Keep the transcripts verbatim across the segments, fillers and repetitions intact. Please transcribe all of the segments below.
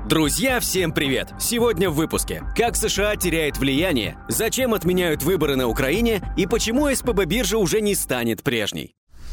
Друзья, всем привет! Сегодня в выпуске. Как США теряет влияние, зачем отменяют выборы на Украине и почему эс пэ бэ биржа уже не станет прежней.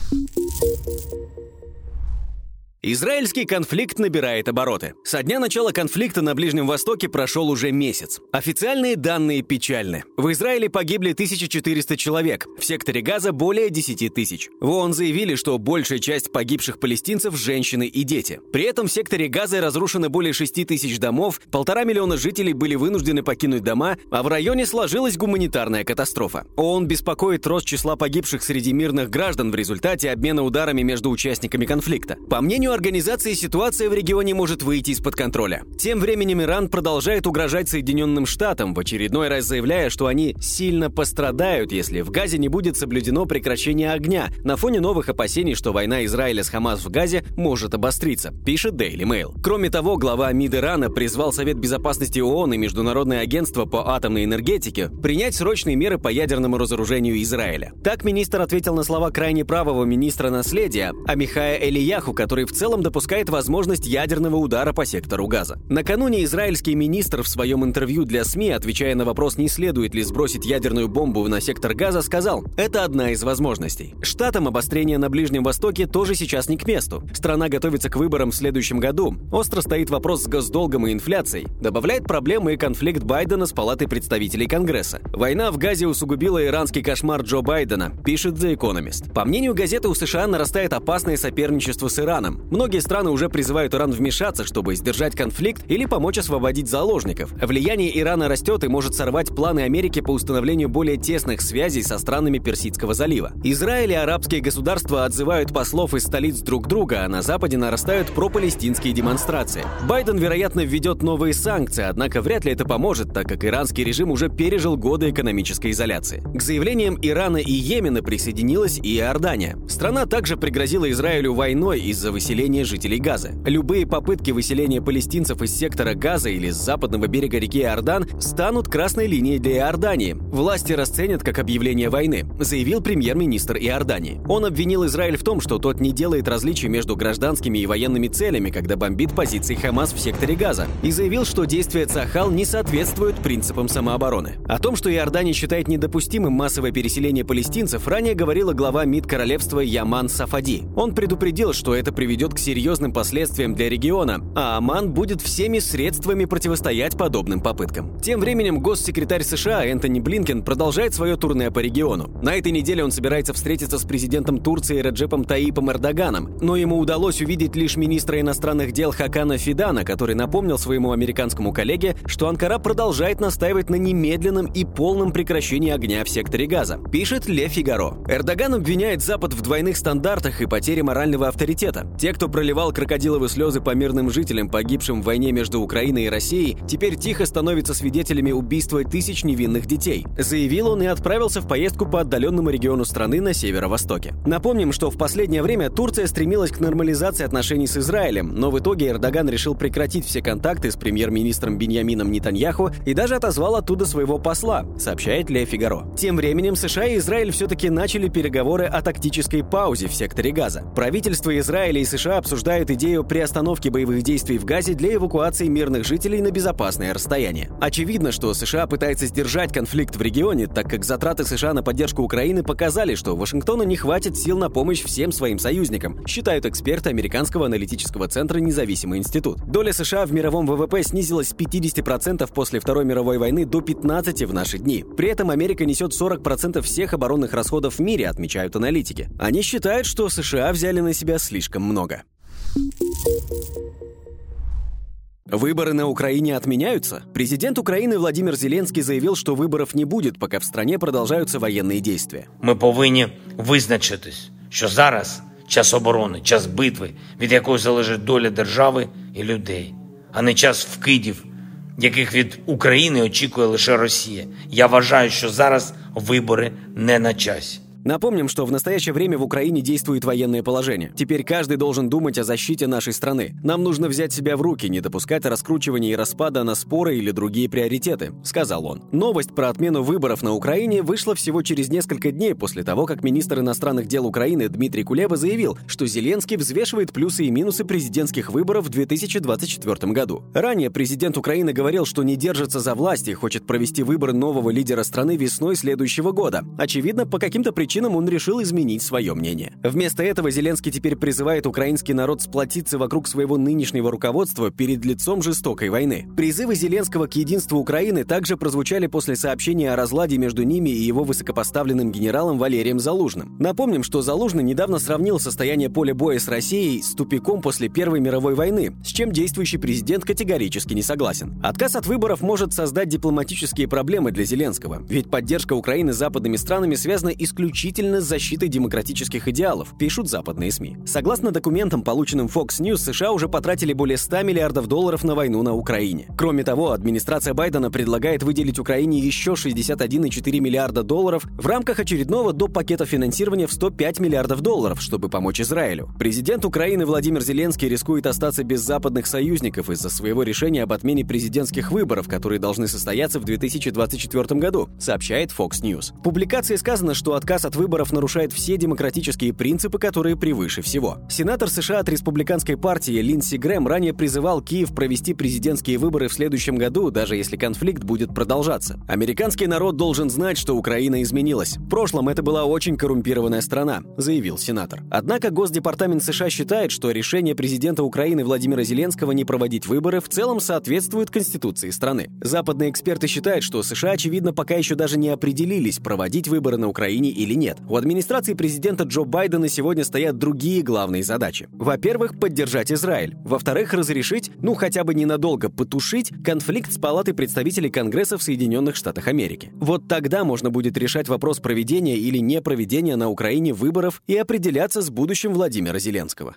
Израильский конфликт набирает обороты. Со дня начала конфликта на Ближнем Востоке прошел уже месяц. Официальные данные печальны. В Израиле погибли тысяча четыреста человек, в секторе Газа более десять тысяч. В ООН заявили, что большая часть погибших палестинцев – женщины и дети. При этом в секторе Газа разрушено более шести тысяч домов, полтора миллиона жителей были вынуждены покинуть дома, а в районе сложилась гуманитарная катастрофа. ООН беспокоит рост числа погибших среди мирных граждан в результате обмена ударами между участниками конфликта. По мнению организации, ситуация в регионе может выйти из-под контроля. Тем временем Иран продолжает угрожать Соединенным Штатам, в очередной раз заявляя, что они сильно пострадают, если в Газе не будет соблюдено прекращение огня, на фоне новых опасений, что война Израиля с Хамас в Газе может обостриться, пишет Daily Mail. Кроме того, глава МИД Ирана призвал Совет Безопасности ООН и Международное агентство по атомной энергетике принять срочные меры по ядерному разоружению Израиля. Так министр ответил на слова крайне правого министра наследия Амихая Элияху, который в целом В целом допускает возможность ядерного удара по сектору Газа. Накануне израильский министр в своем интервью для СМИ, отвечая на вопрос, не следует ли сбросить ядерную бомбу на сектор Газа, сказал: «Это одна из возможностей». Штатам обострение на Ближнем Востоке тоже сейчас не к месту. Страна готовится к выборам в следующем году. Остро стоит вопрос с госдолгом и инфляцией. Добавляет проблемы и конфликт Байдена с Палатой представителей Конгресса. Война в Газе усугубила иранский кошмар Джо Байдена, пишет The Economist. По мнению газеты, у США нарастает опасное соперничество с Ираном. Многие страны уже призывают Иран вмешаться, чтобы сдержать конфликт или помочь освободить заложников. Влияние Ирана растет и может сорвать планы Америки по установлению более тесных связей со странами Персидского залива. Израиль и арабские государства отзывают послов из столиц друг друга, а на Западе нарастают пропалестинские демонстрации. Байден, вероятно, введет новые санкции, однако вряд ли это поможет, так как иранский режим уже пережил годы экономической изоляции. К заявлениям Ирана и Йемена присоединилась и Иордания. Страна также пригрозила Израилю войной из-за выселения жителей Газа. Любые попытки выселения палестинцев из сектора Газа или с западного берега реки Иордан станут красной линией для Иордании. Власти расценят как объявление войны, заявил премьер-министр Иордании. Он обвинил Израиль в том, что тот не делает различий между гражданскими и военными целями, когда бомбит позиции Хамас в секторе Газа, и заявил, что действия Цахал не соответствуют принципам самообороны. О том, что Иордания считает недопустимым массовое переселение палестинцев, ранее говорила глава МИД королевства Яман Сафади. Он предупредил, что это приведет к серьезным последствиям для региона, а Оман будет всеми средствами противостоять подобным попыткам. Тем временем госсекретарь США Энтони Блинкен продолжает свое турне по региону. На этой неделе он собирается встретиться с президентом Турции Реджепом Таyyипом Эрдоганом, но ему удалось увидеть лишь министра иностранных дел Хакана Фидана, который напомнил своему американскому коллеге, что Анкара продолжает настаивать на немедленном и полном прекращении огня в секторе Газа, пишет Ле Фигаро. Эрдоган обвиняет Запад в двойных стандартах и потере морального авторитета. Те, кто проливал крокодиловые слезы по мирным жителям, погибшим в войне между Украиной и Россией, теперь тихо становятся свидетелями убийства тысяч невинных детей, заявил он и отправился в поездку по отдаленному региону страны на северо-востоке. Напомним, что в последнее время Турция стремилась к нормализации отношений с Израилем, но в итоге Эрдоган решил прекратить все контакты с премьер-министром Биньямином Нетаньяху и даже отозвал оттуда своего посла, сообщает Ле Фигаро. Тем временем США и Израиль все-таки начали переговоры о тактической паузе в секторе Газа. Правительство Израиля и США обсуждают идею приостановки боевых действий в Газе для эвакуации мирных жителей на безопасное расстояние. Очевидно, что США пытается сдержать конфликт в регионе, так как затраты США на поддержку Украины показали, что Вашингтону не хватит сил на помощь всем своим союзникам, считают эксперты американского аналитического центра «Независимый институт». Доля США в мировом вэ вэ пэ снизилась с пятидесяти процентов после Второй мировой войны до пятнадцати процентов в наши дни. При этом Америка несет сорок процентов всех оборонных расходов в мире, отмечают аналитики. Они считают, что США взяли на себя слишком много. Выборы на Украине отменяются? Президент Украины Владимир Зеленский заявил, що виборів не буде, поки в стране продовжуються воєнні дії. Ми повинні визначитись, що зараз час оборони, час битви, від якої залежить доля держави і людей, а не час вкидів, яких від України очікує лише Росія. Я вважаю, що зараз вибори не на часі. Напомним, что в настоящее время в Украине действует военное положение. Теперь каждый должен думать о защите нашей страны. Нам нужно взять себя в руки, не допускать раскручивания и распада на споры или другие приоритеты», — сказал он. Новость про отмену выборов на Украине вышла всего через несколько дней после того, как министр иностранных дел Украины Дмитрий Кулеба заявил, что Зеленский взвешивает плюсы и минусы президентских выборов в две тысячи двадцать четвёртом году. Ранее президент Украины говорил, что не держится за власть и хочет провести выборы нового лидера страны весной следующего года. Очевидно, по каким-то причинам он решил изменить свое мнение. Вместо этого Зеленский теперь призывает украинский народ сплотиться вокруг своего нынешнего руководства перед лицом жестокой войны. Призывы Зеленского к единству Украины также прозвучали после сообщения о разладе между ними и его высокопоставленным генералом Валерием Залужным. Напомним, что Залужный недавно сравнил состояние поля боя с Россией с тупиком после Первой мировой войны, с чем действующий президент категорически не согласен. Отказ от выборов может создать дипломатические проблемы для Зеленского, ведь поддержка Украины западными странами связана исключительно с защитой демократических идеалов, пишут западные СМИ. Согласно документам, полученным Fox News, США уже потратили более ста миллиардов долларов на войну на Украине. Кроме того, администрация Байдена предлагает выделить Украине еще шестьдесят один целых четыре десятых миллиарда долларов в рамках очередного доп. Пакета финансирования в сто пять миллиардов долларов, чтобы помочь Израилю. Президент Украины Владимир Зеленский рискует остаться без западных союзников из-за своего решения об отмене президентских выборов, которые должны состояться в две тысячи двадцать четвёртом году, сообщает Fox News. В публикации сказано, что отказ от выборов нарушает все демократические принципы, которые превыше всего. Сенатор США от республиканской партии Линдси Грэм ранее призывал Киев провести президентские выборы в следующем году, даже если конфликт будет продолжаться. Американский народ должен знать, что Украина изменилась. В прошлом это была очень коррумпированная страна, заявил сенатор. Однако Госдепартамент США считает, что решение президента Украины Владимира Зеленского не проводить выборы в целом соответствует Конституции страны. Западные эксперты считают, что США, очевидно, пока еще даже не определились, проводить выборы на Украине или нет. У администрации президента Джо Байдена сегодня стоят другие главные задачи. Во-первых, поддержать Израиль. Во-вторых, разрешить, ну хотя бы ненадолго потушить, конфликт с Палатой представителей Конгресса в Соединенных Штатах Америки. Вот тогда можно будет решать вопрос проведения или не проведения на Украине выборов и определяться с будущим Владимира Зеленского.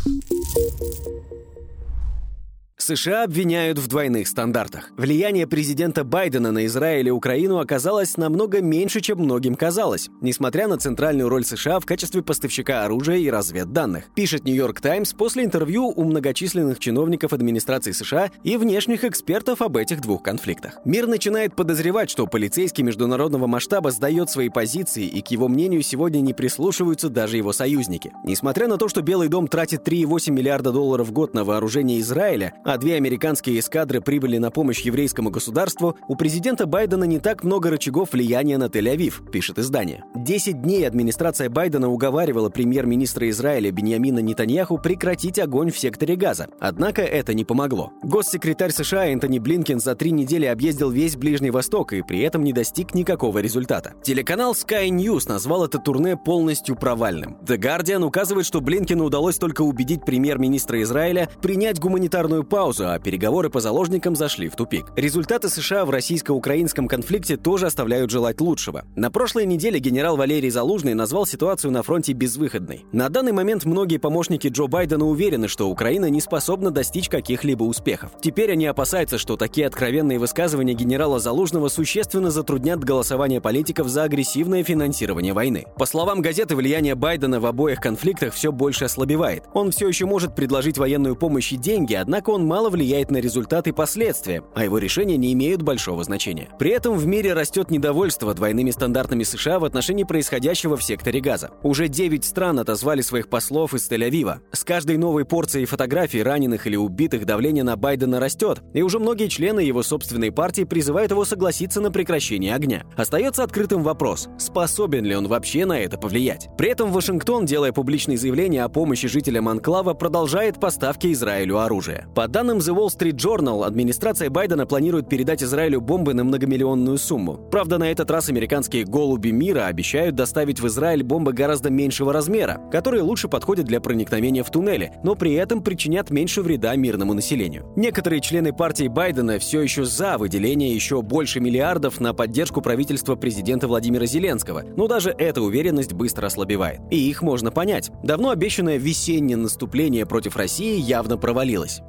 США обвиняют в двойных стандартах. Влияние президента Байдена на Израиль и Украину оказалось намного меньше, чем многим казалось, несмотря на центральную роль США в качестве поставщика оружия и разведданных, пишет Нью-Йорк Таймс после интервью у многочисленных чиновников администрации США и внешних экспертов об этих двух конфликтах. Мир начинает подозревать, что полицейский международного масштаба сдает свои позиции, и к его мнению сегодня не прислушиваются даже его союзники. Несмотря на то, что Белый дом тратит три целых восемь десятых миллиарда долларов в год на вооружение Израиля, а две американские эскадры прибыли на помощь еврейскому государству, у президента Байдена не так много рычагов влияния на Тель-Авив, пишет издание. Десять дней администрация Байдена уговаривала премьер-министра Израиля Биньямина Нетаньяху прекратить огонь в секторе Газа. Однако это не помогло. Госсекретарь США Энтони Блинкен за три недели объездил весь Ближний Восток и при этом не достиг никакого результата. Телеканал Sky News назвал это турне полностью провальным. The Guardian указывает, что Блинкену удалось только убедить премьер-министра Израиля принять гуманитарную паузу, а переговоры по заложникам зашли в тупик. Результаты США в российско-украинском конфликте тоже оставляют желать лучшего. На прошлой неделе генерал Валерий Залужный назвал ситуацию на фронте безвыходной. На данный момент многие помощники Джо Байдена уверены, что Украина не способна достичь каких-либо успехов. Теперь они опасаются, что такие откровенные высказывания генерала Залужного существенно затруднят голосование политиков за агрессивное финансирование войны. По словам газеты, влияние Байдена в обоих конфликтах все больше ослабевает. Он все еще может предложить военную помощь и деньги, однако он мало влияет на результаты и последствия, а его решения не имеют большого значения. При этом в мире растет недовольство двойными стандартами США в отношении происходящего в секторе Газа. Уже девять стран отозвали своих послов из Тель-Авива. С каждой новой порцией фотографий раненых или убитых давление на Байдена растет, и уже многие члены его собственной партии призывают его согласиться на прекращение огня. Остается открытым вопрос, способен ли он вообще на это повлиять. При этом Вашингтон, делая публичные заявления о помощи жителям анклава, продолжает поставки Израилю оружия. По данным The Wall Street Journal, администрация Байдена планирует передать Израилю бомбы на многомиллионную сумму. Правда, на этот раз американские «голуби мира» обещают доставить в Израиль бомбы гораздо меньшего размера, которые лучше подходят для проникновения в туннели, но при этом причинят меньше вреда мирному населению. Некоторые члены партии Байдена все еще за выделение еще больше миллиардов на поддержку правительства президента Владимира Зеленского, но даже эта уверенность быстро ослабевает. И их можно понять. Давно обещанное весеннее наступление против России явно провалилось. Объяснить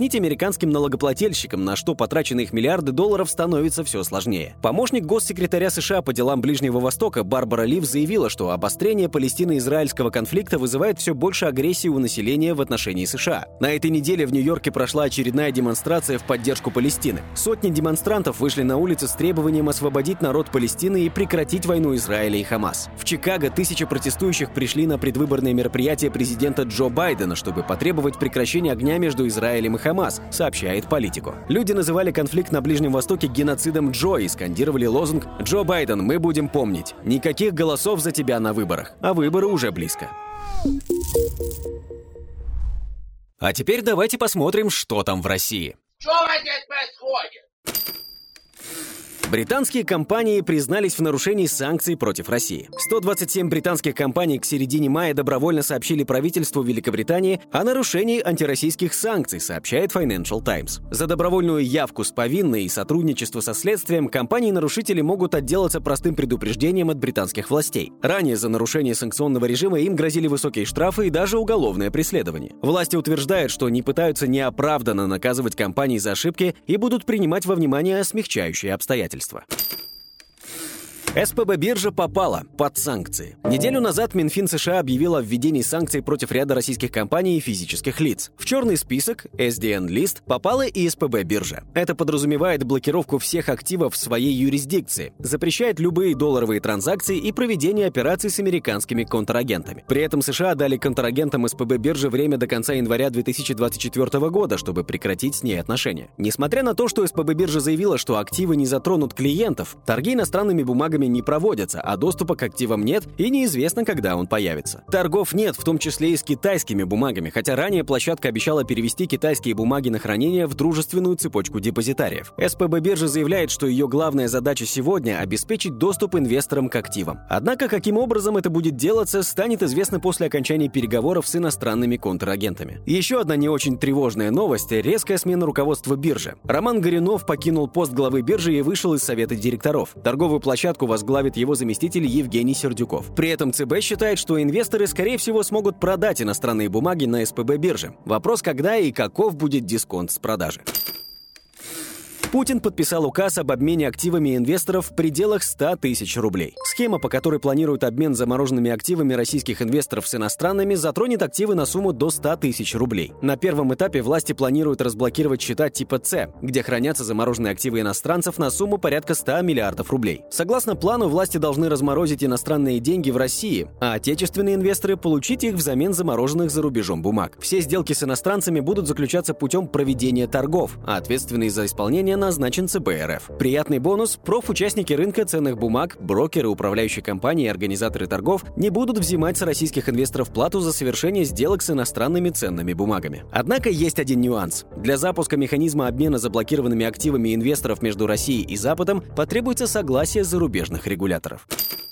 объяснить американским налогоплательщикам, на что потрачены их миллиарды долларов, становится все сложнее. Помощник госсекретаря США по делам Ближнего Востока Барбара Лив заявила, что обострение палестино-израильского конфликта вызывает все больше агрессии у населения в отношении США. На этой неделе в Нью-Йорке прошла очередная демонстрация в поддержку Палестины. Сотни демонстрантов вышли на улицы с требованием освободить народ Палестины и прекратить войну Израиля и Хамас. В Чикаго тысячи протестующих пришли на предвыборное мероприятие президента Джо Байдена, чтобы потребовать прекращения огня между Израилем и Хамас, сообщает Политико. Люди называли конфликт на Ближнем Востоке геноцидом Джо и скандировали лозунг «Джо Байден, мы будем помнить. Никаких голосов за тебя на выборах». А выборы уже близко. А теперь давайте посмотрим, что там в России. Что здесь происходит? Британские компании признались в нарушении санкций против России. сто двадцать семь британских компаний к середине мая добровольно сообщили правительству Великобритании о нарушении антироссийских санкций, сообщает Financial Times. За добровольную явку с повинной и сотрудничество со следствием компании-нарушители могут отделаться простым предупреждением от британских властей. Ранее за нарушение санкционного режима им грозили высокие штрафы и даже уголовное преследование. Власти утверждают, что не пытаются неоправданно наказывать компании за ошибки и будут принимать во внимание смягчающие обстоятельства. эс пэ бэ-биржа попала под санкции. Неделю назад Минфин США объявил о введении санкций против ряда российских компаний и физических лиц. В черный список эс ди эн-лист попала и эс пэ бэ-биржа. Это подразумевает блокировку всех активов в своей юрисдикции, запрещает любые долларовые транзакции и проведение операций с американскими контрагентами. При этом США дали контрагентам эс пэ бэ-биржи время до конца января две тысячи двадцать четвёртого года, чтобы прекратить с ней отношения. Несмотря на то, что эс пэ бэ-биржа заявила, что активы не затронут клиентов, торги иностранными бумагами не проводятся, а доступа к активам нет и неизвестно, когда он появится. Торгов нет, в том числе и с китайскими бумагами, хотя ранее площадка обещала перевести китайские бумаги на хранение в дружественную цепочку депозитариев. эс пэ бэ-биржа заявляет, что ее главная задача сегодня – обеспечить доступ инвесторам к активам. Однако, каким образом это будет делаться, станет известно после окончания переговоров с иностранными контрагентами. Еще одна не очень тревожная новость – резкая смена руководства биржи. Роман Горюнов покинул пост главы биржи и вышел из совета директоров. Торговую площадку возглавит его заместитель Евгений Сердюков. При этом цэ бэ считает, что инвесторы, скорее всего, смогут продать иностранные бумаги на эс пэ бэ-бирже. Вопрос, когда и каков будет дисконт с продажи. Путин подписал указ об обмене активами инвесторов в пределах ста тысяч рублей. Схема, по которой планируют обмен замороженными активами российских инвесторов с иностранными, затронет активы на сумму до ста тысяч рублей. На первом этапе власти планируют разблокировать счета типа С, где хранятся замороженные активы иностранцев на сумму порядка ста миллиардов рублей. Согласно плану, власти должны разморозить иностранные деньги в России, а отечественные инвесторы получить их взамен замороженных за рубежом бумаг. Все сделки с иностранцами будут заключаться путем проведения торгов, а ответственный за исполнение назначен цэ бэ эр эф. Приятный бонус – профучастники рынка ценных бумаг, брокеры, управляющие компании и организаторы торгов не будут взимать с российских инвесторов плату за совершение сделок с иностранными ценными бумагами. Однако есть один нюанс. Для запуска механизма обмена заблокированными активами инвесторов между Россией и Западом потребуется согласие зарубежных регуляторов.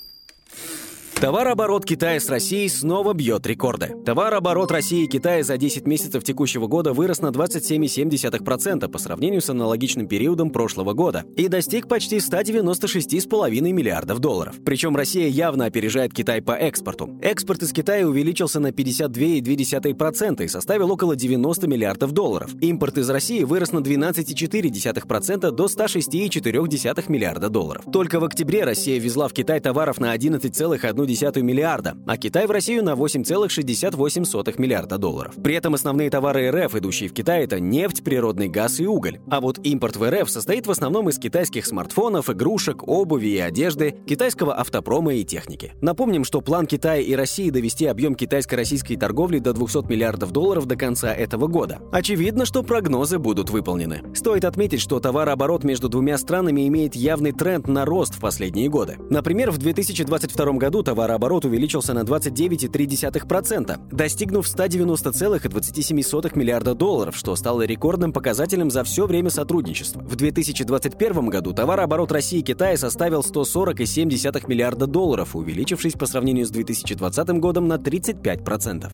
Товарооборот Китая с Россией снова бьет рекорды. Товарооборот России и Китая за десять месяцев текущего года вырос на двадцать семь целых семь десятых процента по сравнению с аналогичным периодом прошлого года и достиг почти ста девяноста шести целых пяти десятых миллиардов долларов. Причем Россия явно опережает Китай по экспорту. Экспорт из Китая увеличился на пятьдесят два целых две десятых процента и составил около девяноста миллиардов долларов. Импорт из России вырос на двенадцать целых четыре десятых процента до ста шести целых четырёх десятых миллиарда долларов. Только в октябре Россия везла в Китай товаров на одиннадцать целых одну десятую миллиарда, а Китай в Россию на восемь целых шестьдесят восемь сотых миллиарда долларов. При этом основные товары эр эф, идущие в Китай, это нефть, природный газ и уголь. А вот импорт в эр эф состоит в основном из китайских смартфонов, игрушек, обуви и одежды, китайского автопрома и техники. Напомним, что план Китая и России довести объем китайско-российской торговли до двухсот миллиардов долларов до конца этого года. Очевидно, что прогнозы будут выполнены. Стоит отметить, что товарооборот между двумя странами имеет явный тренд на рост в последние годы. Например, в две тысячи двадцать втором году товарооборот увеличился на двадцать девять целых три десятых процента, достигнув ста девяноста целых двадцати семи сотых миллиарда долларов, что стало рекордным показателем за все время сотрудничества. В две тысячи двадцать первом году товарооборот России и Китая составил сто сорок целых семь десятых миллиарда долларов, увеличившись по сравнению с две тысячи двадцатым годом на тридцать пять процентов.